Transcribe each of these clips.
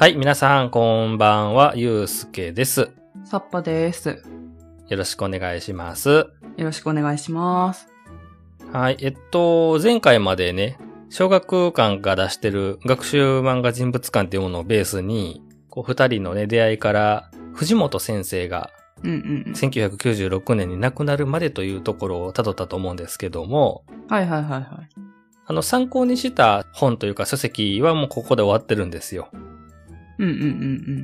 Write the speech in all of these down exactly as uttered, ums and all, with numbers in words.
はい、皆さんこんばんは、ゆうすけです。 さっぱです。 よろしくお願いします。 よろしくお願いします。 はい、えっと、前回までね、小学館が出してる学習漫画人物館っていうものをベースに、こう二人のね、出会いから藤本先生が、 うんうんうん、 せんきゅうひゃくきゅうじゅうろくねんに亡くなるまでというところを辿ったと思うんですけども、 はいはいはいはい。 あの参考にした本というか書籍はもうここで終わってるんですよ。 うんうんうんうん。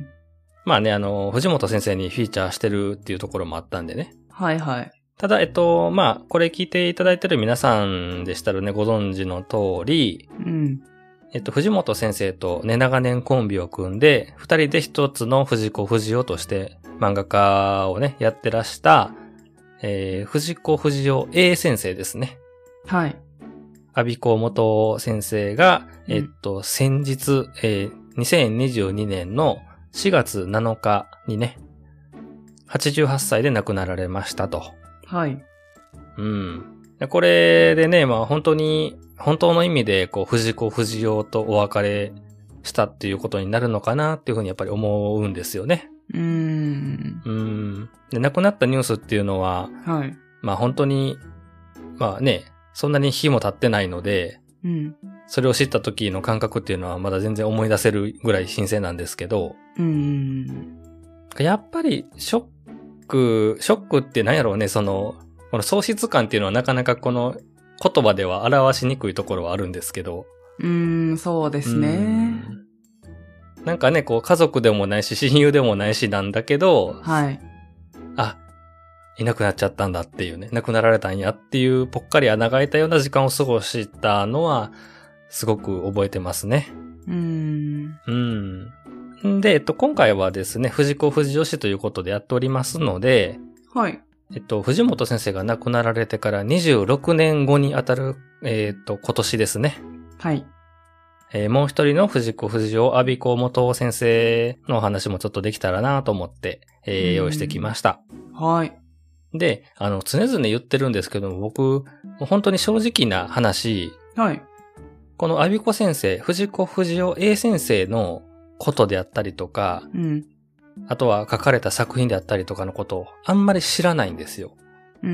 まあね、あの、藤本先生にフィーチャーしてるっていうところもあったんでね。 はいはい。 ただ、えっと、まあ、これ聞いていただいてる皆さんでしたらね、ご存知の通り、 うん。 えっと、藤本先生とね、長年コンビを組んで、二人で一つの藤子不二雄として漫画家をね、やってらした、えー、藤子不二雄 A 先生ですね。 はい。 阿鼻子元先生が、 うん、 えっと、先日、えー、にせんにじゅうにねんのしがつなのかにね、はちじゅうはっさいで亡くなられましたと。 はい。 うん。これでね、まあ本当に、本当の意味で、こう、藤子不二雄とお別れしたっていうことになるのかなっていうふうにやっぱり思うんですよね。 うーん。 うん。で、亡くなったニュースっていうのは、 はい。 まあ本当に、まあね、そんなに日も経ってないので、 うん。 それを知った時の感覚っていうのはまだ全然思い出せるぐらい新鮮なんですけど、 うーん。 やっぱりショック、ショックって何やろうね、その、この喪失感っていうのはなかなかこの言葉では表しにくいところはあるんですけど。 うーん、そうですね。 なんかね、こう家族でもないし親友でもないしなんだけど、 はい。 あ、いなくなっちゃったんだっていうね、亡くなられたんやっていうぽっかり穴が開いたような時間を過ごしたのはすごく覚えてますね。 うーん。 うん。で、えっと、今回はですね、藤子不二雄氏ということでやっておりますので、 はい。 えっと、藤本先生が亡くなられてからにじゅうろくねんごにあたる、えっと、今年ですね。 はい。 えー、もう一人の藤子不二雄、阿鼻子元先生の話もちょっとできたらなと思って、えー、用意してきました。 はい。 で、あの、常々言ってるんですけども、僕、本当に正直な話、 はい。 この阿鼻子先生、藤子不二雄 A 先生のことであったりとか、 うん。 あとは書かれた作品であったりとかのことをあんまり知らないんですよ。 うん。うん。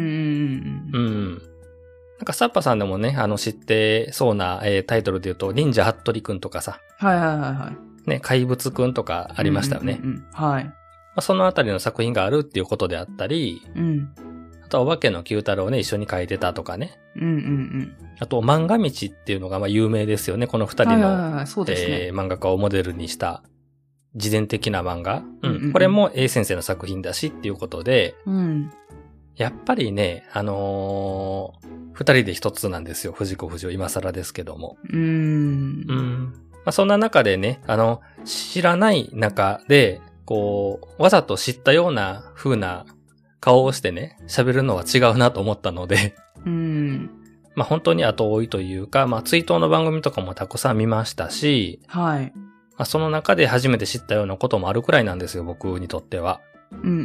うん。なんかサッパさんでもね、あの知ってそうな、えー、タイトルで言うと、忍者ハットリくんとかさ。 はいはいはいはい。 ね、怪物くんとかありましたよね。 うんうんうん、はい。まあ、そのあたりの作品があるっていうことであったり、 うん。 あとはお化けの九太郎をね、一緒に書いてたとかね。 うんうんうん。 あと、漫画道っていうのがまあ有名ですよね。この二人の、 はいはいはい、そうですね。 えー、漫画家をモデルにした自伝的な漫画。うん。 うんうんうん、 これも A 先生の作品だしっていうことで、 うん。 やっぱりね、あのー、二人で一つなんですよ。藤子不二雄、今更ですけども。 うーん。 うん。まあ、そんな中でね、あの、知らない中で、こう、わざと知ったような風な顔をしてね、喋るのは違うなと思ったので、 うん。 まあ本当に後追いというか、まあ追悼の番組とかもたくさん見ましたし、 はい。 まあその中で初めて知ったようなこともあるくらいなんですよ、僕にとっては。 うんうんうんうん。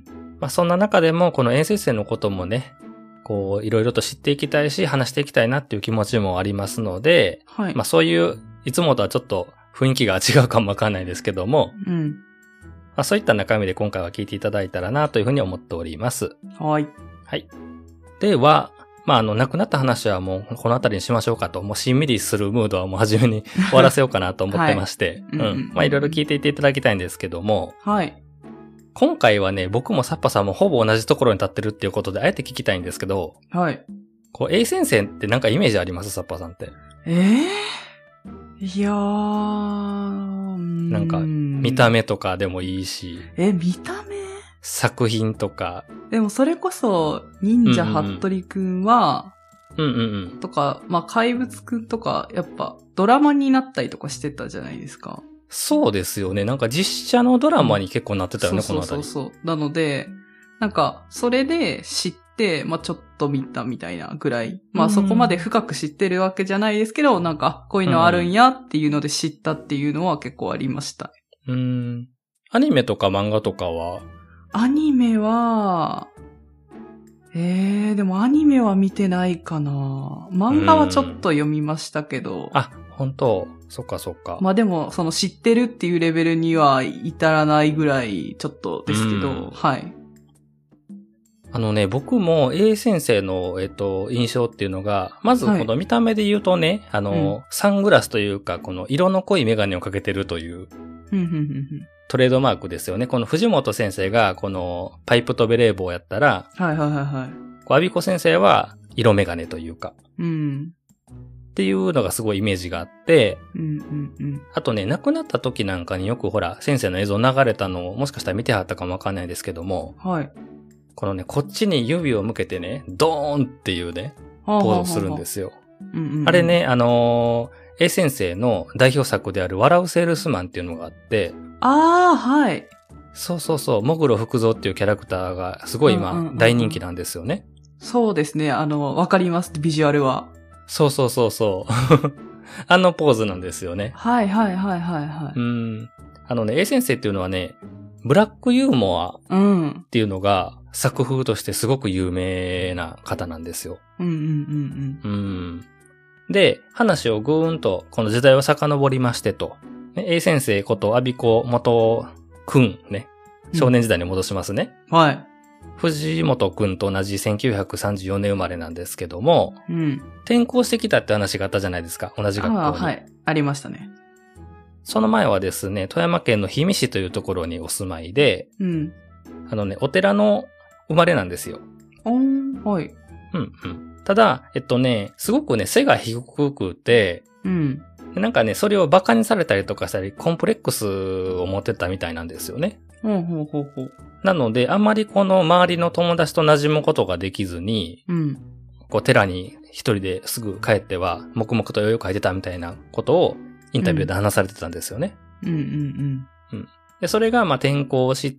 まあそんな中でも、この A 先生のこともね、こう、いろいろと知っていきたいし、話していきたいなっていう気持ちもありますので、 はい。 まあそういう、いつもとはちょっと雰囲気が違うかもわかんないですけども、 うん。 まあそういった中身で今回は聞いていただいたらなというふうに思っております。 はい。 はい。では、まああの、亡くなった話はもうこのあたりにしましょうかと、もうしんみりするムードはもう初めに終わらせようかなと思ってまして、 はい、 うん。まあいろいろ聞いていっていただきたいんですけども、 はい。 今回はね、僕もサッパさんもほぼ同じところに立ってるっていうことで、あえて聞きたいんですけど、 はい。 こう、A 先生ってなんかイメージありますサッパさんって。 ええー、いやー、 なんか、見た目とかでもいいし。 え、見た目作品とか。 でもそれこそ、忍者ハットリくんは、 うんうんうん。 とか、まあ、怪物くんとか、やっぱ、ドラマになったりとかしてたじゃないですか。 そうですよね。なんか実写のドラマに結構なってたよね、うん、このあたり。 そうそうそう。なので、なんか、それで知って、まあ、ちょっと見たみたいなぐらい。まあ、そこまで深く知ってるわけじゃないですけど、なんか、こういうのあるんやっていうので知ったっていうのは結構ありました。 うん。アニメとか漫画とかは？ アニメは、えー、でもアニメは見てないかな。漫画はちょっと読みましたけど。 あ、 本当そっかそっか。 まあでも、その知ってるっていうレベルには至らないぐらいちょっとですけど、 うん、 はい。 あのね、僕も A 先生の、えっと、印象っていうのが、まずこの見た目で言うとね、はい、あの、うん、サングラスというか、この色の濃いメガネをかけてるという、トレードマークですよね。この藤本先生が、このパイプとベレー帽をやったら、 はいはいはいはい。 こう、アビコ先生は色メガネというか、 うん。 っていうのがすごいイメージがあって、 うんうんうん、 あとね、亡くなった時なんかによくほら、先生の映像流れたのをもしかしたら見てはったかもわかんないですけども、 はい。 このね、こっちに指を向けてね、ドーンっていうね、ポーズをするんですよ。あれね、あのー、A 先生の代表作である笑うセールスマンっていうのがあって、 ああ、はい。 そうそうそう、もぐろ福蔵っていうキャラクターがすごい今大人気なんですよね。 そうですね、あの、わかります、ビジュアルは。 そうそうそうそう。あのポーズなんですよね。 はいはいはいはいはい。 うん。あのね、A 先生っていうのはね、ブラックユーモアっていうのが作風としてすごく有名な方なんですよ。 うんうんうんうん。 うん。で、話をぐーんとこの時代を遡りましてと、A 先生ことアビコ元くんね、少年時代に戻しますね。 うん、はい。 藤本くんと同じせんきゅうひゃくさんじゅうよねん生まれなんですけども、 うん、 転校してきたって話があったじゃないですか、同じ学校に。 あ、はい。ありましたね。 その前はですね、富山県の氷見市というところにお住まいで、 うん、 あのね、お寺の生まれなんですよ。 おー、はい。 うんうん。ただ、えっとね、すごくね、背が低くて、 うん。 なんかね、それを馬鹿にされたりとかしたり、コンプレックスを持ってたみたいなんですよね。 ほうほうほうほう。 なので、あんまりこの周りの友達と馴染むことができずに、 うん、 こう、寺に一人ですぐ帰っては、黙々と絵を描いてたみたいなことを、インタビューで話されてたんですよね。 うん、うん、うん、 うん。で、それが、ま、転校して、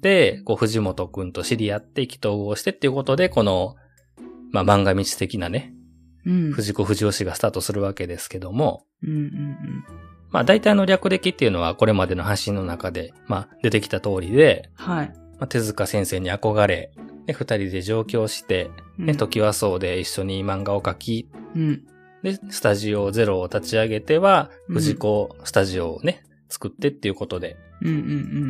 こう、藤本くんと知り合って意気投合してっていうことで、この、まあ、漫画道的なね、 うん、 藤子不二雄氏がスタートするわけですけども、 うん、うん、うん。 まあ、大体の略歴っていうのは、これまでの発信の中で、まあ、出てきた通りで、 はい。 まあ、手塚先生に憧れ、で、二人で上京して、ね、時はそうで一緒に漫画を描き、 うん、 で、スタジオゼロを立ち上げては、藤子スタジオをね、作ってっていうことで、 うんうんうん、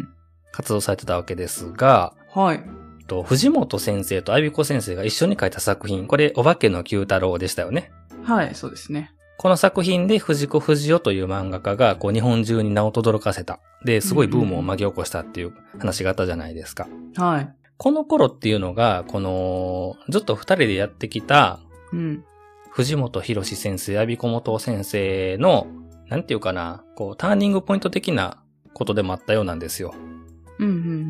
活動されてたわけですが、 はい。 と藤本先生とアビコ先生が一緒に書いた作品、これ、お化けの九太郎でしたよね。 はい、そうですね。 この作品で藤子不二雄という漫画家がこう日本中に名を轟かせた。で、すごいブームを巻き起こしたっていう話があったじゃないですか。 はい。 この頃っていうのが、この、ずっと二人でやってきた、 うん、 藤本博史先生、阿ビ子元先生の、なんていうかな、こう、ターニングポイント的なことでもあったようなんですよ。 うん、うん、うん、うん。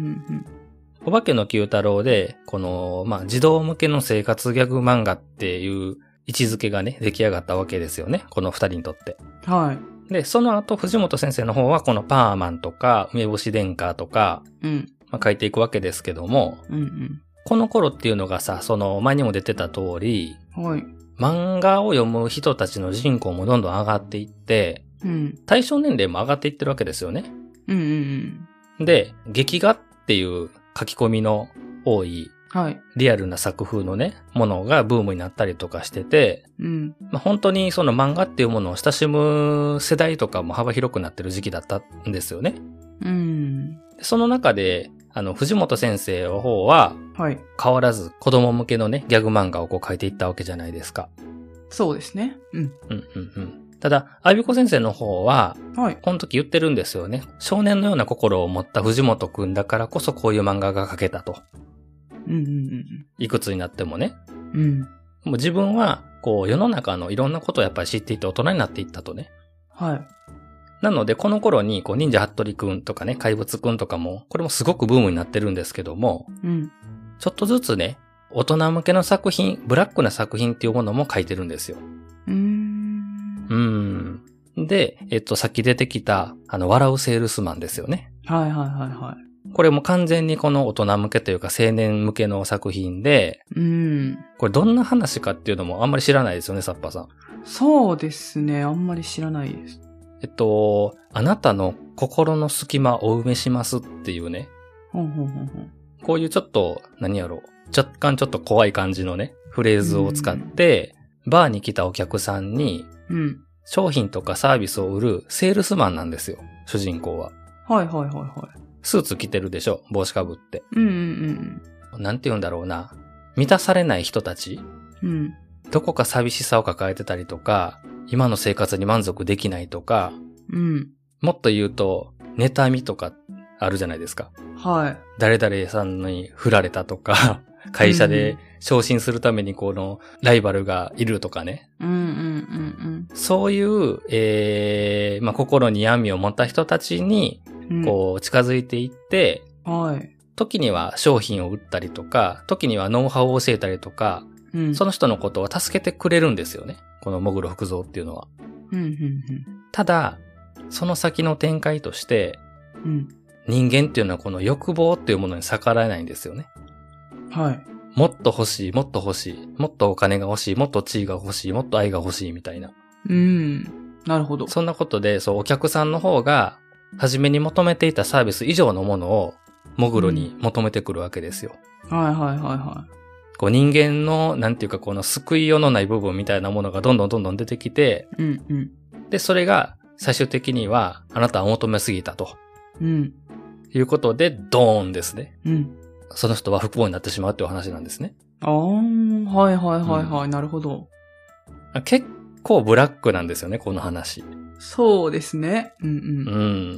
お化けの九太郎で、この、まあ、児童向けの生活ギャグ漫画っていう位置づけがね、出来上がったわけですよね。この二人にとって。 はい。 で、その後、藤本先生の方は、このパーマンとか、梅干し殿下とか、 うん。 まあ、書いていくわけですけども、 うんうん、 この頃っていうのがさ、その前にも出てた通り、 はい、 漫画を読む人たちの人口もどんどん上がっていって、 うん、 対象年齢も上がっていってるわけですよね。 うんうんうん、で、劇画っていう書き込みの多い、 はい、 リアルな作風のね、ものがブームになったりとかしてて、 うん、 まあ、本当にその漫画っていうものを親しむ世代とかも幅広くなってる時期だったんですよね。 うん、 その中で、あの、藤本先生の方は、 はい。 変わらず子供向けのね、ギャグ漫画をこう書いていったわけじゃないですか。 そうですね。うん。 うんうんうん。ただ、アビコ先生の方は、 はい。 この時言ってるんですよね。少年のような心を持った藤本くんだからこそこういう漫画が描けたと。 うんうんうん。 いくつになってもね。 うん。 もう自分は、こう、世の中のいろんなことをやっぱり知っていて大人になっていったとね。 はい。 なので、この頃に、こう、忍者ハットリくんとかね、怪物くんとかも、これもすごくブームになってるんですけども、 うん。 ちょっとずつね、大人向けの作品、ブラックな作品っていうものも書いてるんですよ。 うーん。 うーん。で、えっと、さっき出てきた、あの、笑うセールスマンですよね。 はいはいはいはい。 これも完全にこの大人向けというか青年向けの作品で、 うん。 これどんな話かっていうのもあんまり知らないですよね、サッパさん。 そうですね。あんまり知らないです。 えっと、あなたの心の隙間をお埋めしますっていうね。 ほんほんほんほん。 こういうちょっと、何やろう。若干ちょっと怖い感じのね、フレーズを使って、バーに来たお客さんに、 うん。 商品とかサービスを売るセールスマンなんですよ、主人公は。 はいはいはいはい。 スーツ着てるでしょ、帽子かぶって。 うんうんうん。なんて言うんだろうな。満たされない人たち。 うん。 どこか寂しさを抱えてたりとか、今の生活に満足できないとか、 うん。 もっと言うと、妬みとかあるじゃないですか。 はい。 誰々さんに振られたとか、会社で昇進するためにこのライバルがいるとかね。 うんうんうんうん。 そういう、えー、まあ、心に闇を持った人たちに、こう、近づいていって、 うん、はい。 時には商品を売ったりとか、時にはノウハウを教えたりとか、うん、その人のことを助けてくれるんですよね。このモグロ福蔵っていうのは。 うんうんうん、 ただ、その先の展開として、 うん、 人間っていうのはこの欲望っていうものに逆らえないんですよね。 はい。 もっと欲しい、もっと欲しい、もっとお金が欲しい、もっと地位が欲しい、もっと愛が欲しいみたいな。 うん。なるほど。 そんなことで、そう、お客さんの方が、初めに求めていたサービス以上のものを、モグロに求めてくるわけですよ。 うん、はいはいはいはい。 こう人間の、なんていうかこの救いようのない部分みたいなものがどんどんどんどん出てきて、 うんうん、 で、それが最終的には、あなたは求めすぎたと。 うん。 いうことで、ドーンですね。 うん。 その人は不幸になってしまうっていう話なんですね。 ああ、はいはいはいはい、うん、なるほど。 結構ブラックなんですよね、この話。 そうですね。うんうん。 うん。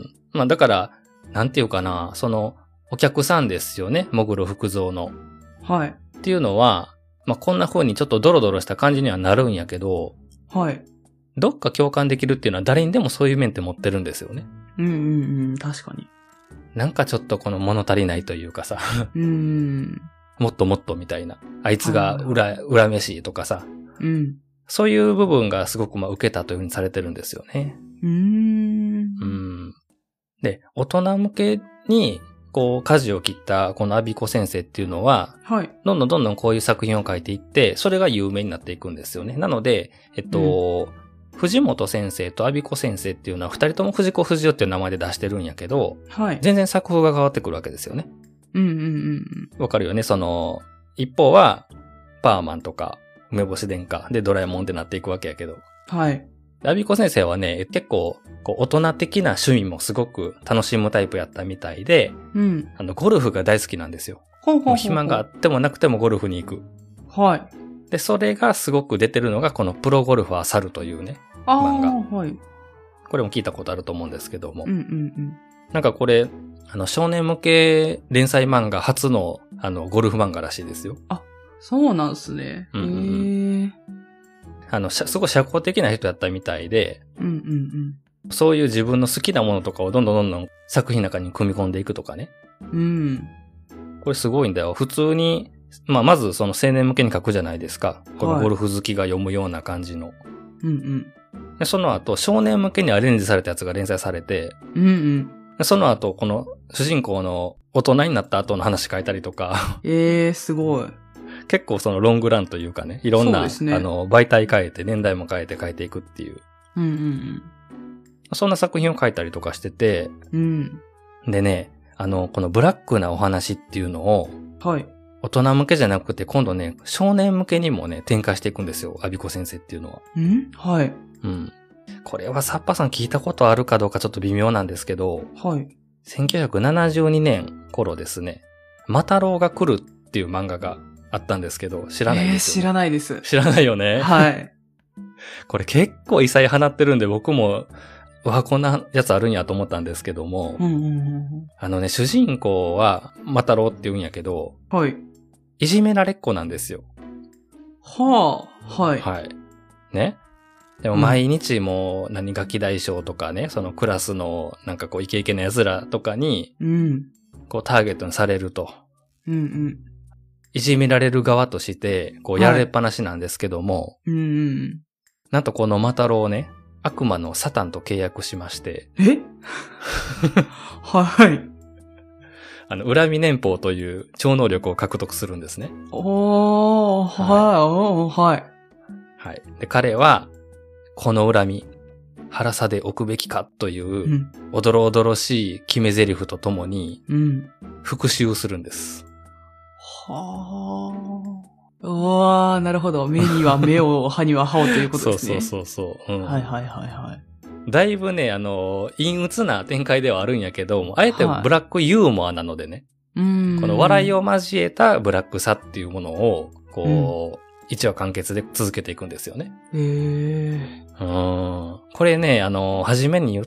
まあだから、なんていうかな、その、お客さんですよね、モグロ福蔵の。 はい。 っていうのは、まあこんな風にちょっとドロドロした感じにはなるんやけど、 はい。 どっか共感できるっていうのは誰にでもそういう面って持ってるんですよね。 うんうんうん、確かに。 なんかちょっとこの物足りないというかさ。 うん。 もっともっとみたいな。あいつが裏、裏飯とかさ。 うん。 そういう部分がすごくまあ受けたというふうにされてるんですよね。 うーん。 うん。で、大人向けに、こう、舵を切ったこのアビコ先生っていうのは、 はい。 どんどんどんどんこういう作品を書いていって、それが有名になっていくんですよね。なので、えっと、うん藤本先生とアビコ先生っていうのは二人とも藤子不二雄っていう名前で出してるんやけど、 はい。 全然作風が変わってくるわけですよね。 うんうんうんわかるよね。その、一方は、パーマンとか、梅干し殿下でドラえもんってなっていくわけやけど。 はい。 アビコ先生はね、結構、こう、大人的な趣味もすごく楽しむタイプやったみたいで、 うん。 あの、ゴルフが大好きなんですよ。 ほうほうほうほう。 もう暇があってもなくてもゴルフに行く。 はい。 で、それがすごく出てるのが、このプロゴルファー猿というね、漫画。 はい。 これも聞いたことあると思うんですけども。 うんうんうん。 なんかこれ、あの、少年向け連載漫画初の、あの、ゴルフ漫画らしいですよ。 あ、そうなんすね。 うんうんうん、 へー。 あの、すごい社交的な人やったみたいで、 うんうんうん。 そういう自分の好きなものとかをどんどんどんどん作品の中に組み込んでいくとかね。 うん。 これすごいんだよ。普通に、まあ、まずその青年向けに書くじゃないですか。このゴルフ好きが読むような感じの。はい、 うんうん。 でその後、少年向けにアレンジされたやつが連載されて、 うんうん。 その後、この主人公の大人になった後の話書いたりとか。 ええー、すごい。 結構そのロングランというかね、いろんな、ね、あの、媒体変えて、年代も変えて書いていくっていう。 うんうんうん。 そんな作品を書いたりとかしてて、 うん。 でね、あの、このブラックなお話っていうのを、 はい。 大人向けじゃなくて、今度ね、少年向けにもね、展開していくんですよ、アビコ先生っていうのは。 んはい。 うん。これはサッパさん聞いたことあるかどうかちょっと微妙なんですけど、 はい。 せんきゅうひゃくななじゅうにねん頃ですね、マタロウが来るっていう漫画があったんですけど、知らないですよ、ね。 えー、知らないです。 知らないよね。 はい。 これ結構異彩放ってるんで、僕も、わ、こんなやつあるんやと思ったんですけども、 うんうんうん、 あのね、主人公はマタロウって言うんやけど、 はい。 いじめられっ子なんですよ。 はあ、はい。 はい。ね。でも毎日もう何ガキ大将とかね、そのクラスのなんかこうイケイケな奴らとかに、 うん。 こうターゲットにされると。 うんうん。 いじめられる側として、こうやられっぱなしなんですけども、 はい、うんうん。 なんとこのマタロウね、悪魔のサタンと契約しまして。 えはい。 あの、恨み年俸という超能力を獲得するんですね。 おー、はい、はい、はい。 はい。で、彼は、この恨み、腹さで置くべきかという、うん、おどろおどろしい決め台詞とともに、 うん、 復讐するんです。 はおー、なるほど。目には目を、歯には歯をということですね。 そうそうそうそう。うん、 はいはいはいはい。 だいぶね、あの、陰鬱な展開ではあるんやけど、あえてブラックユーモアなのでね。 はい、 この笑いを交えたブラックさっていうものを、こう、うん、一話完結で続けていくんですよね。 へー。 うん。これね、あの、初めに言った、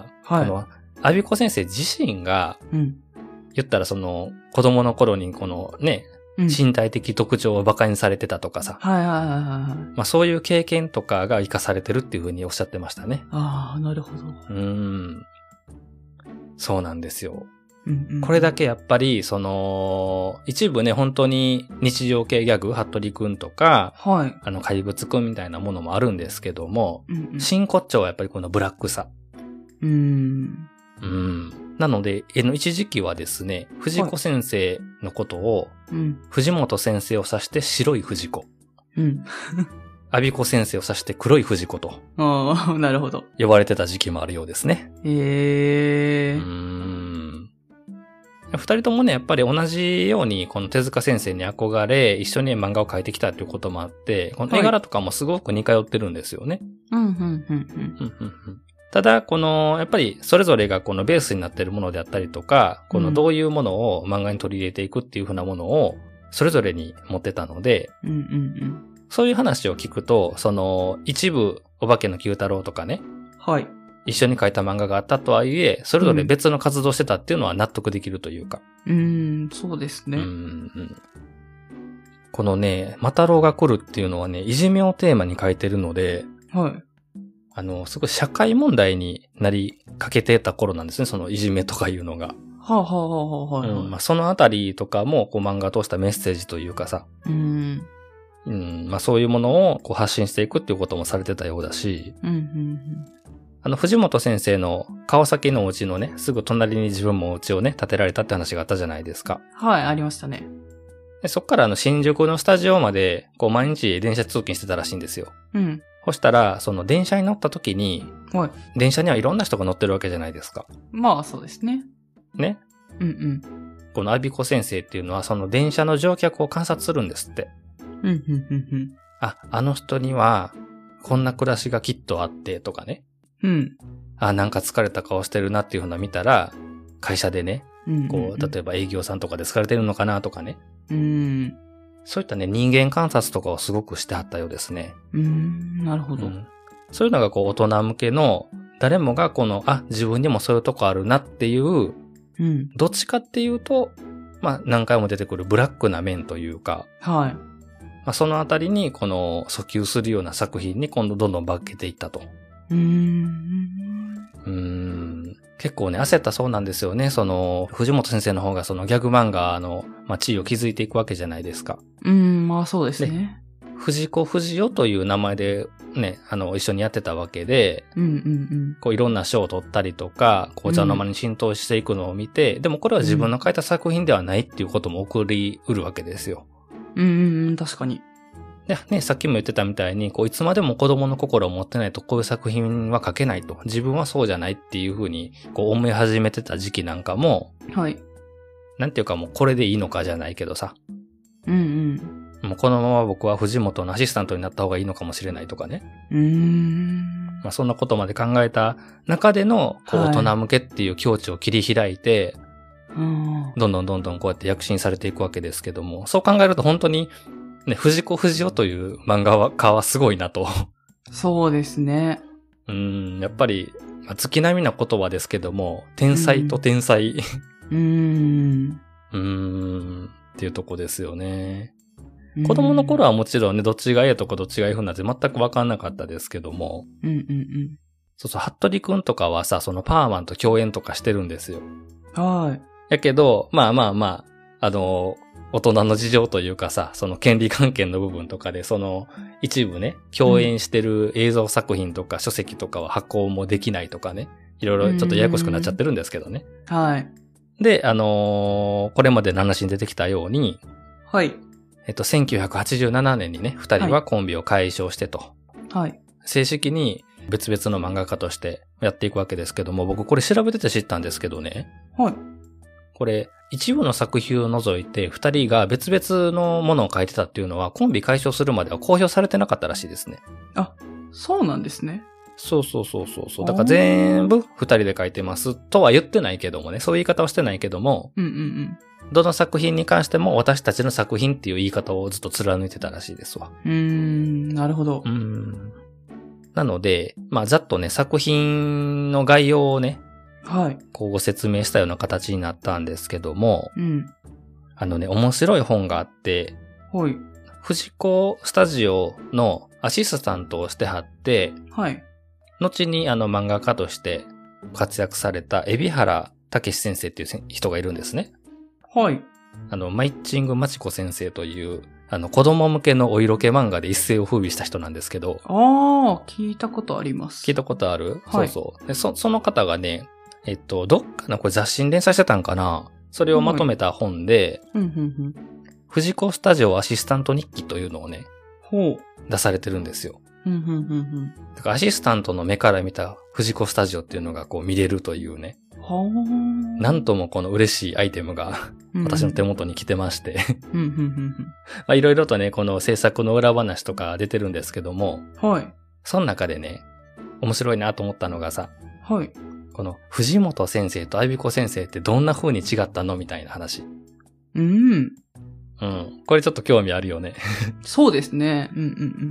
はい、この、アビコ先生自身が、うん、言ったらその、子供の頃にこのね、うん、身体的特徴を馬鹿にされてたとかさ。 はいはいはいはい。 まあそういう経験とかが活かされてるっていうふうにおっしゃってましたね。 ああ、なるほど。 うん。そうなんですよ。 うんうん、 これだけやっぱり、その、一部ね、本当に日常系ギャグ、服部くんとか、 はい。 あの、怪物くんみたいなものもあるんですけども、 うんうん、 真骨頂はやっぱりこのブラックさ。 うーん。 うん。なので、えの一時期はですね、藤子先生のことを、 はい、うん、 藤本先生を指して白い藤子。 うん。 阿ビ子先生を指して黒い藤子と。 ああ、なるほど。 呼ばれてた時期もあるようですね。 へえ。 うーん。二人ともね、やっぱり同じように、この手塚先生に憧れ、一緒に漫画を描いてきたということもあって、この絵柄とかもすごく似通ってるんですよね。 うん、うん、うん、うん。 ただ、この、やっぱりそれぞれがこのベースになっているものであったりとか、このどういうものを漫画に取り入れていくっていうふうなものを、それぞれに持ってたので、 うんうんうん、 そういう話を聞くと、その、一部、お化けの九太郎とかね。 はい。 一緒に描いた漫画があったとはいえ、それぞれ別の活動してたっていうのは納得できるというか。 うん、うんそうですね。 うんうん、このね、マタロウが来るっていうのはね、いじめをテーマに書いてるので、 はい。 あの、すごい社会問題になりかけてた頃なんですね、そのいじめとかいうのが。 はあ、はあはあはあ、 うんまあ、そのあたりとかも、こう漫画を通したメッセージというかさ。 うん。 うん、まあそういうものをこう発信していくっていうこともされてたようだし、 うんうんうん、 あの、藤本先生の川崎のお家のね、すぐ隣に自分もお家をね、建てられたって話があったじゃないですか。 はい、ありましたね。 でそっからあの、新宿のスタジオまで、こう毎日電車通勤してたらしいんですよ。 うん。 そしたら、その電車に乗った時に、 はい。 電車にはいろんな人が乗ってるわけじゃないですか。 まあ、そうですね。 ね。 うんうん。 このアビコ先生っていうのは、その電車の乗客を観察するんですって。 うんうんうんうん。 あ、あの人には、こんな暮らしがきっとあってとかね。 うん。 あ、なんか疲れた顔してるなっていうふうな見たら、会社でね、 うんうんうん、 こう、例えば営業さんとかで疲れてるのかなとかね。 うん。 そういったね、人間観察とかをすごくしてはったようですね。 うん、なるほど、うん。 そういうのがこう、大人向けの、誰もがこの、あ、自分にもそういうとこあるなっていう、 うん、 どっちかっていうと、まあ、何回も出てくるブラックな面というか、 はい。 まあ、そのあたりに、この、訴求するような作品に今度どんどん化けていったと。 うーん。 うーん。結構ね、焦ったそうなんですよね。その、藤本先生の方がそのギャグ漫画の、まあ、地位を築いていくわけじゃないですか。 うん、まあそうですね。 藤子不二雄という名前でね、あの、一緒にやってたわけで、 うんうんうん。 こういろんな賞を取ったりとか、紅茶の間に浸透していくのを見て、うん、でもこれは自分の書いた作品ではないっていうことも起こりうるわけですよ。 うんうんうん、確かに。 で、ね、さっきも言ってたみたいに、こう、いつまでも子供の心を持ってないと、こういう作品は書けないと。自分はそうじゃないっていうふうに、こう、思い始めてた時期なんかも、 はい。 なんていうかもう、これでいいのかじゃないけどさ。 うんうん。もう、このまま僕は藤本のアシスタントになった方がいいのかもしれないとかね。 うーん。 まあ、そんなことまで考えた中での、こう、大人向けっていう境地を切り開いて、 はい、 どんどんどんどんこうやって躍進されていくわけですけども、そう考えると本当に、ね、藤子不二雄という漫画家はすごいなと。 そうですね。 うん、やっぱり、まあ、月並みな言葉ですけども、天才と天才。 うーん。 うーん、っていうとこですよね。子供の頃はもちろんね、どっちがええとかどっちがいい風なんて全くわかんなかったですけども。 うんうんうん。 そうそう、服部くんとかはさ、そのパーマンと共演とかしてるんですよ。 はい。 やけど、まあまあまあ、あの、大人の事情というかさ、その権利関係の部分とかで、その一部ね、共演してる映像作品とか書籍とかは発行もできないとかね、いろいろちょっとややこしくなっちゃってるんですけどね。 はい。 で、あのー、これまでの話に出てきたように、 はい。 えっと、せんきゅうひゃくはちじゅうななねんにね、二人はコンビを解消してと。 はい。 正式に別々の漫画家としてやっていくわけですけども、僕これ調べてて知ったんですけどね。 はい。 これ、一部の作品を除いて二人が別々のものを書いてたっていうのはコンビ解消するまでは公表されてなかったらしいですね。 あ、そうなんですね。 そうそうそうそうそう。だから全部二人で書いてますとは言ってないけどもね。そういう言い方はしてないけども、 うんうんうん。 どの作品に関しても私たちの作品っていう言い方をずっと貫いてたらしいですわ。 うーん、なるほど。 うーん。なので、まあざっとね、作品の概要をね、 はい。 こうご説明したような形になったんですけども、 うん。 あのね、面白い本があって、 はい。 藤子スタジオのアシスタントをしてはって、 はい。 後にあの漫画家として活躍された海老原武史先生っていう人がいるんですね。 はい。 あの、マイチングマチコ先生という、あの、子供向けのお色気漫画で一世を風靡した人なんですけど。 ああ、聞いたことあります。 聞いたことある？ はい。 そうそう。で、そ、その方がね、えっと、どっかな、これ雑誌に連載してたんかな？それをまとめた本で、 うんうんうん、 藤子スタジオアシスタント日記というのをね、 ほう。 出されてるんですよ。 うんうんうんうん、 だからアシスタントの目から見た藤子スタジオっていうのがこう見れるというね。 はあ。 なんともこの嬉しいアイテムが私の手元に来てまして。いろいろとね、この制作の裏話とか出てるんですけども。 はい。 その中でね、面白いなと思ったのがさ。 はい。 この藤本先生と愛美子先生ってどんな風に違ったのみたいな話。 うん。 うん。これちょっと興味あるよね。 そうですね。うんうんうん。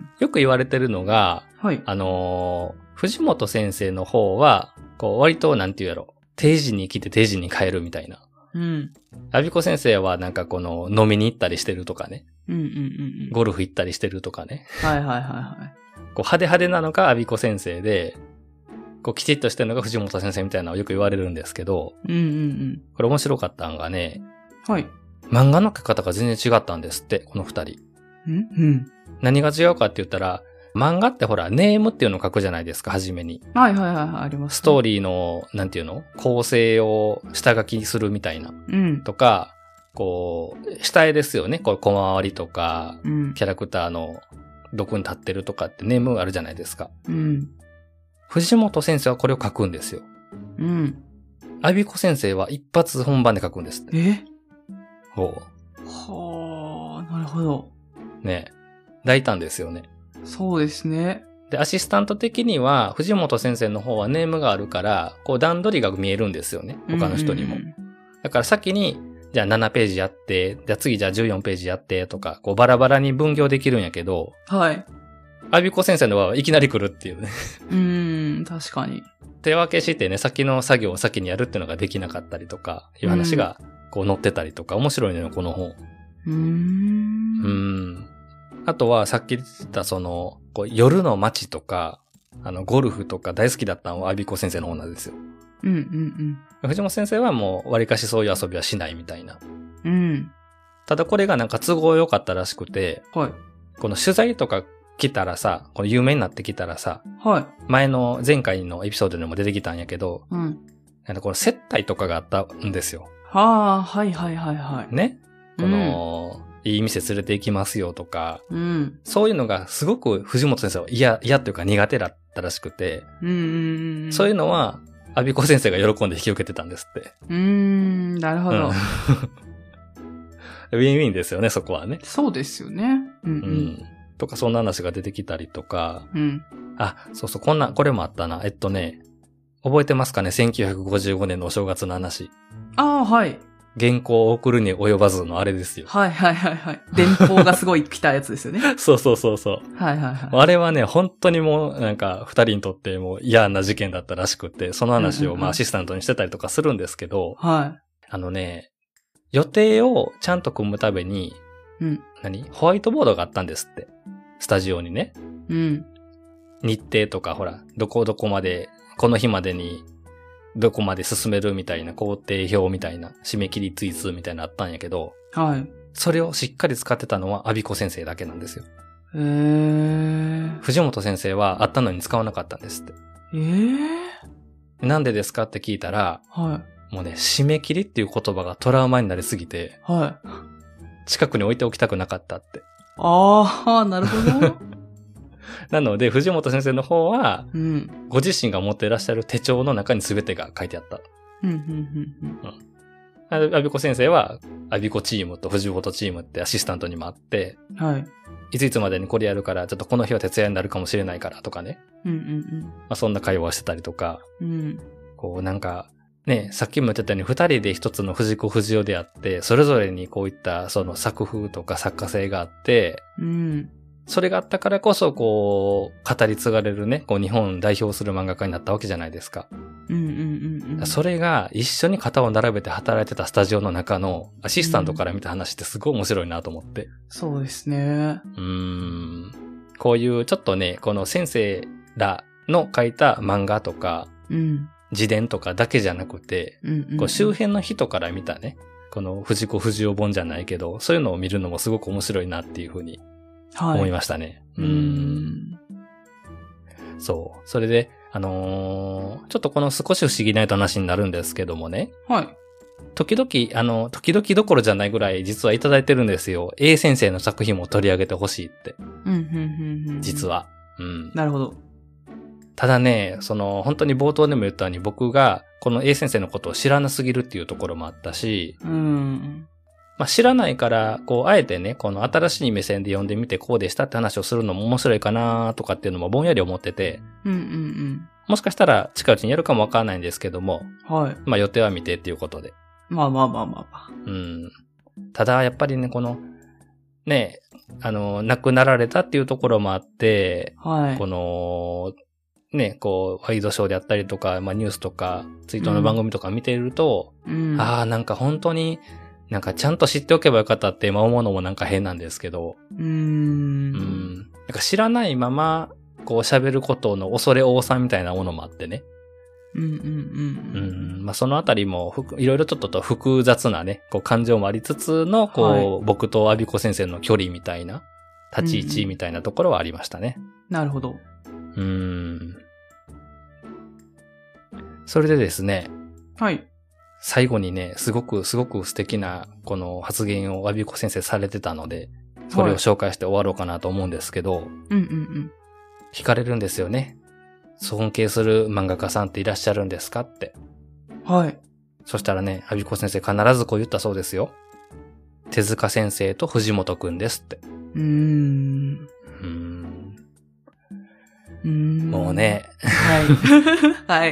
よく言われてるのが、 はい。 あのー、藤本先生の方は、こう割となんて言うやろ、定時に来て定時に帰るみたいな。 うん。 愛美子先生はなんかこの飲みに行ったりしてるとかね。 うんうんうんうん。 ゴルフ行ったりしてるとかね。 はいはいはいはい。 こう派手派手なのが愛美子先生で、こうきちっとしてるのが藤本先生みたいなのをよく言われるんですけど、 うんうんうん。 これ面白かったんがね、 はい。 漫画の描き方が全然違ったんですって、この二人。 うんうん。 何が違うかって言ったら、漫画ってほら、ネームっていうのを書くじゃないですか、初めに。 はいはいはい、あります、ね。 ストーリーの、なんていうの構成を下書きにするみたいな。 うん。 とか、こう、下絵ですよね。こう、小回りとか、 うん、 キャラクターのどこに立ってるとかってネームがあるじゃないですか。 うん。 藤本先生はこれを書くんですよ。 うん。 愛美子先生は一発本番で書くんですって。 えほう。はあ、なるほど。 ねえ。大胆ですよね。 そうですね。 で、アシスタント的には、藤本先生の方はネームがあるから、こう段取りが見えるんですよね。他の人にも。うんうんうん、だから先に、じゃあななページやって、じゃあ次じゃあじゅうよんページやってとか、こうバラバラに分業できるんやけど、 はい。 愛美子先生のはいきなり来るっていうね。 うーん、確かに。 手分けしてね、先の作業を先にやるっていうのができなかったりとか、いう話がこう載ってたりとか、面白いのよ、この本。 うーん。 うーん。あとはさっき言ったその、こう夜の街とか、あの、ゴルフとか大好きだったのは愛美子先生の方なんですよ。 うんうんうん。藤本先生はもう割かしそういう遊びはしないみたいな。 うん。 ただこれがなんか都合良かったらしくて、 はい。 この取材とか来たらさ、この有名になってきたらさ、 はい。 前の前回のエピソードでも出てきたんやけど、 うん。 この接待とかがあったんですよ。 はあ、はいはいはいはい。 ね。この、うん、いい店連れて行きますよとか、 うん、 そういうのがすごく藤本先生は嫌、嫌というか苦手だったらしくて、 うんうんうん、 そういうのは、阿比子先生が喜んで引き受けてたんですって。 うーん、なるほど。うん、 ウィンウィンですよね、そこはね。 そうですよね。うん、うん、うん。 とか、そんな話が出てきたりとか、 うん。 あ、そうそう、こんな、これもあったな。えっとね、覚えてますかね？せんきゅうひゃくごじゅうごねんのお正月の話。 ああ、はい。 原稿を送るに及ばずのあれですよ。 はいはいはいはい。電報がすごい来たやつですよね。 そうそうそうそう。 はいはいはい。 あれはね、本当にもうなんか二人にとってもう嫌な事件だったらしくて、その話をまあアシスタントにしてたりとかするんですけど、 はい。 あのね、予定をちゃんと組むために、 うん。 何？ホワイトボードがあったんですって。スタジオにね。 うん。 日程とかほら、どこどこまで、この日までに、どこまで進めるみたいな工程表みたいな締め切りツイーツみたいなのあったんやけど、 はい。 それをしっかり使ってたのは阿比子先生だけなんですよ。 へー。 藤本先生はあったのに使わなかったんですって。 えー、 なんでですかって聞いたら、 はい。 もうね、締め切りっていう言葉がトラウマになりすぎて、 はい。 近くに置いておきたくなかったって。 ああ、なるほど。 なので、藤本先生の方は、 うん、 ご自身が持っていらっしゃる手帳の中に全てが書いてあった。 うんうんうんうん、 アビコ先生は、アビコチームと藤本チームってアシスタントにもあって、 はい。 いついつまでにこれやるから、ちょっとこの日は徹夜になるかもしれないからとかね。 うんうんうん。 まあ、そんな会話をしてたりとか、 うん。 こうなんか、ね、さっきも言ってたように二人で一つの藤子不二雄であって、それぞれにこういったその作風とか作家性があって、 うん。 それがあったからこそ、こう、語り継がれるね、こう日本を代表する漫画家になったわけじゃないですか。 うんうんうんうん。 それが一緒に肩を並べて働いてたスタジオの中のアシスタントから見た話ってすごい面白いなと思って。 そうですね。 うーん。こういうちょっとね、この先生らの書いた漫画とか、 うん、 自伝とかだけじゃなくて、 うんうんうん、 こう周辺の人から見たね、この藤子不二雄本じゃないけど、そういうのを見るのもすごく面白いなっていうふうに思いましたね。 はい、うーん。 そう。それで、あのー、ちょっとこの少し不思議な話になるんですけどもね。 はい。 時々、あの、時々どころじゃないぐらい実はいただいてるんですよ。A 先生の作品も取り上げてほしいって。 うん、うん、うん、うん。 実は。うん。なるほど。 ただね、その、本当に冒頭でも言ったように僕がこの A 先生のことを知らなすぎるっていうところもあったし、 うん。 まあ、知らないから、こう、あえてね、この新しい目線で読んでみてこうでしたって話をするのも面白いかなとかっていうのもぼんやり思ってて、 うんうんうん。 もしかしたら近いうちにやるかもわからないんですけども、 はい。 まあ予定は未定っていうことで。 まあまあまあまあまあ。 うん。ただ、やっぱりね、この、ね、あの、亡くなられたっていうところもあって、 はい。 この、ね、こう、ワイドショーであったりとか、まあニュースとか、ツイートの番組とか見ていると、 うん、 ああ、なんか本当に、なんかちゃんと知っておけばよかったって今思うのもなんか変なんですけど、 うーん。 うん。なんか知らないまま、こう喋ることの恐れ多さみたいなものもあってね。 うんうんうん。 うん。まあそのあたりも、いろいろちょっと複雑なね、こう感情もありつつの、こう、はい、僕とアビコ先生の距離みたいな、立ち位置みたいなところはありましたね。 うんうん、なるほど。 うん。それでですね。 はい。 最後にね、すごくすごく素敵なこの発言をアビコ先生されてたので、それを紹介して終わろうかなと思うんですけど、はい、 うんうんうん。 聞かれるんですよね。尊敬する漫画家さんっていらっしゃるんですかって。 はい。 そしたらね、アビコ先生必ずこう言ったそうですよ。手塚先生と藤本くんですって。 うーん。 うーん。 うーん。 もうね。 はい。はい。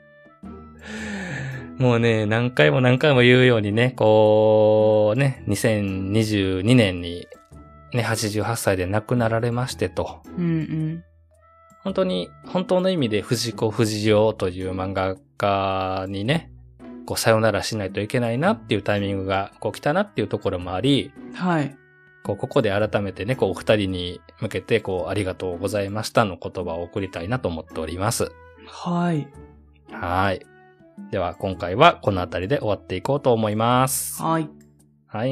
もうね、何回も何回も言うようにね、こう、ね、にせんにじゅうにねんに、ね、はちじゅうはっさいで亡くなられましてと。 うんうん。 本当に、本当の意味で藤子不二雄という漫画家にね、こう、さよならしないといけないなっていうタイミングが、こう、来たなっていうところもあり、 はい。 こう、ここで改めてね、こう、お二人に向けて、こう、ありがとうございましたの言葉を送りたいなと思っております。 はい。 はい。では今回はこのあたりで終わっていこうと思います。 はい。 はい。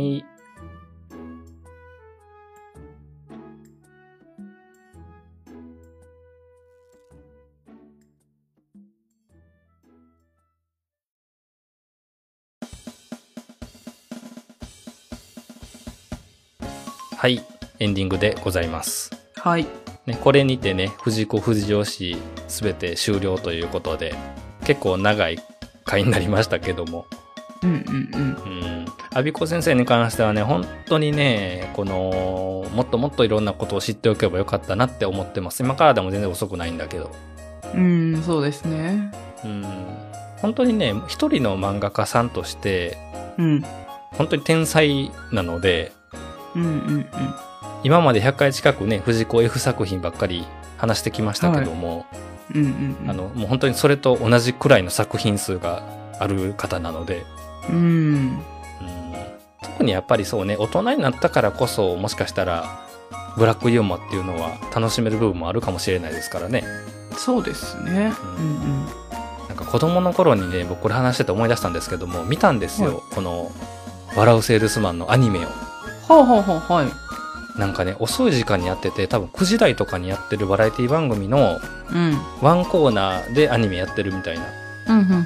はい。エンディングでございます。 はい。 ね、これにてね、藤子不二雄史すべて終了ということで、結構長い回になりましたけども。 うんうんうん。 うん。アビコ先生に関してはね、本当にね、この、もっともっといろんなことを知っておけばよかったなって思ってます。今からでも全然遅くないんだけど。 うん、そうですね。 うん。本当にね、一人の漫画家さんとして、 うん。 本当に天才なので、 うんうんうん。 今までひゃっかい近くね、藤子 F 作品ばっかり話してきましたけども、はいうんうんうん、 あの、もう本当にそれと同じくらいの作品数がある方なので、 うん、うん、 特にやっぱりそうね、大人になったからこそ、もしかしたら、ブラックユーモアっていうのは楽しめる部分もあるかもしれないですからね。 そうですね。うん、うんうん、 なんか子供の頃にね、僕これ話してて思い出したんですけども、見たんですよ。はい、この、笑うセールスマンのアニメを。 はあ、はあはあ、はい。 なんかね、遅い時間にやってて、多分くじ台とかにやってるバラエティ番組の、 うん、 ワンコーナーでアニメやってるみたいな。 うん、うん、うん。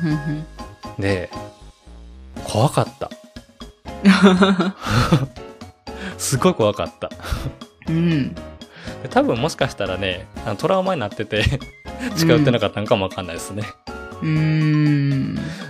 で、怖かった。すごい怖かった。 うん。 多分もしかしたらね、あのトラウマになってて近寄ってなかったのかもわかんないですね。 うーん。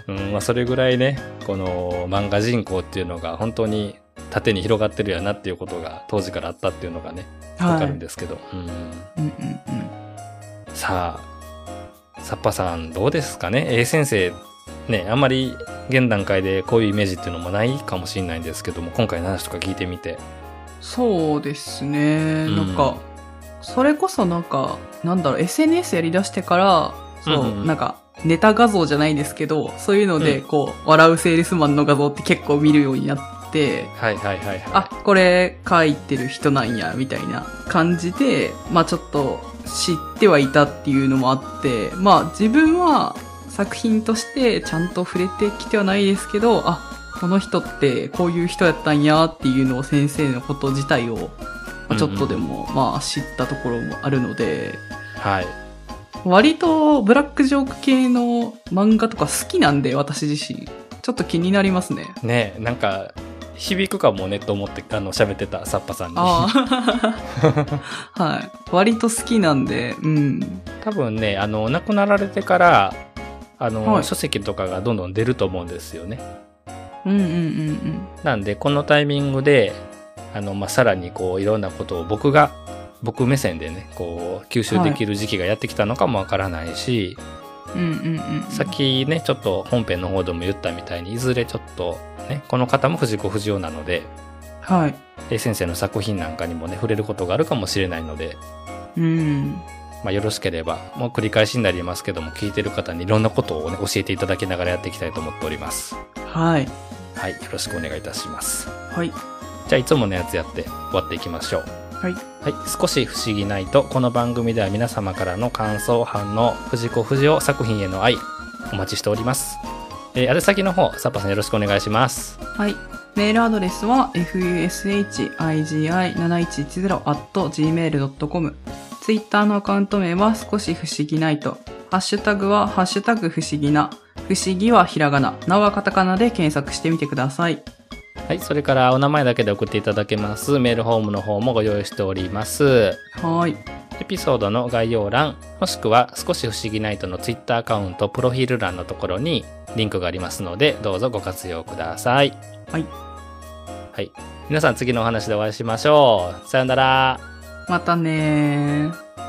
うん、まあそれぐらいね、この漫画人口っていうのが本当に縦に広がってるやなっていうことが当時からあったっていうのがね、わかるんですけど。うんうんうんうん。 さあ、サッパさんどうですかね？ A 先生、ね、あんまり現段階でこういうイメージっていうのもないかもしれないんですけども、今回の話とか聞いてみて。 そうですね。 うんなんか、それこそなんか、なんだろう、エスエヌエス やり出してから、そう、 うんうんうんなんか、ネタ画像じゃないですけど、そういうので、 うんこう、笑うセールスマンの画像って結構見るようになって、 はいはいはいはい。 あ、これ書いてる人なんや、みたいな感じで、まあちょっと知ってはいたっていうのもあって、まあ自分は作品としてちゃんと触れてきてはないですけど、あ、この人ってこういう人やったんやっていうのを先生のこと自体を、まあ、ちょっとでもまあ知ったところもあるので、 はい。 割とブラックジョーク系の漫画とか好きなんで、私自身。ちょっと気になりますね。 ねえ、なんか、響くかもねと思って、あの、喋ってた、サッパさんに。 ああ。はい。割と好きなんで、うん。 多分ね、あの、亡くなられてから、あの、 はい書籍とかがどんどん出ると思うんですよね。 うんうんうんうん。 なんで、このタイミングで、あの、まあ、さらにこう、いろんなことを僕が、僕目線でね、こう、吸収できる時期がやってきたのかもわからないし、 うんうんうん。 さっきね、ちょっと本編の方でも言ったみたいに、いずれちょっとね、この方も藤子不二雄なので、 はい。 A 先生の作品なんかにもね、触れることがあるかもしれないので、 うん。 まあ、よろしければ、もう繰り返しになりますけども、聞いてる方にいろんなことをね、教えていただきながらやっていきたいと思っております。 はい。 はい、よろしくお願いいたします。 はい。 じゃあ、いつものやつやって終わっていきましょう。 はい。 はい、少し不思議ないと、この番組では皆様からの感想、反応、藤子不二雄作品への愛、お待ちしております。えー、宛先の方、サッパさんよろしくお願いします。 はい。メールアドレスは エフユーエスエイチアイジーアイなないちいちゼロ アットジーメールドットコム。ツイッターのアカウント名は少し不思議ないと。ハッシュタグはハッシュタグ不思議な。不思議はひらがな。なはカタカナで検索してみてください。 はい、それからお名前だけで送っていただけますメールフォームの方もご用意しております。 はい。 エピソードの概要欄、もしくは少し不思議ナイトのツイッターアカウント、プロフィール欄のところにリンクがありますので、どうぞご活用ください。 はい。 はい。皆さん次のお話でお会いしましょう。さよなら。 またねー。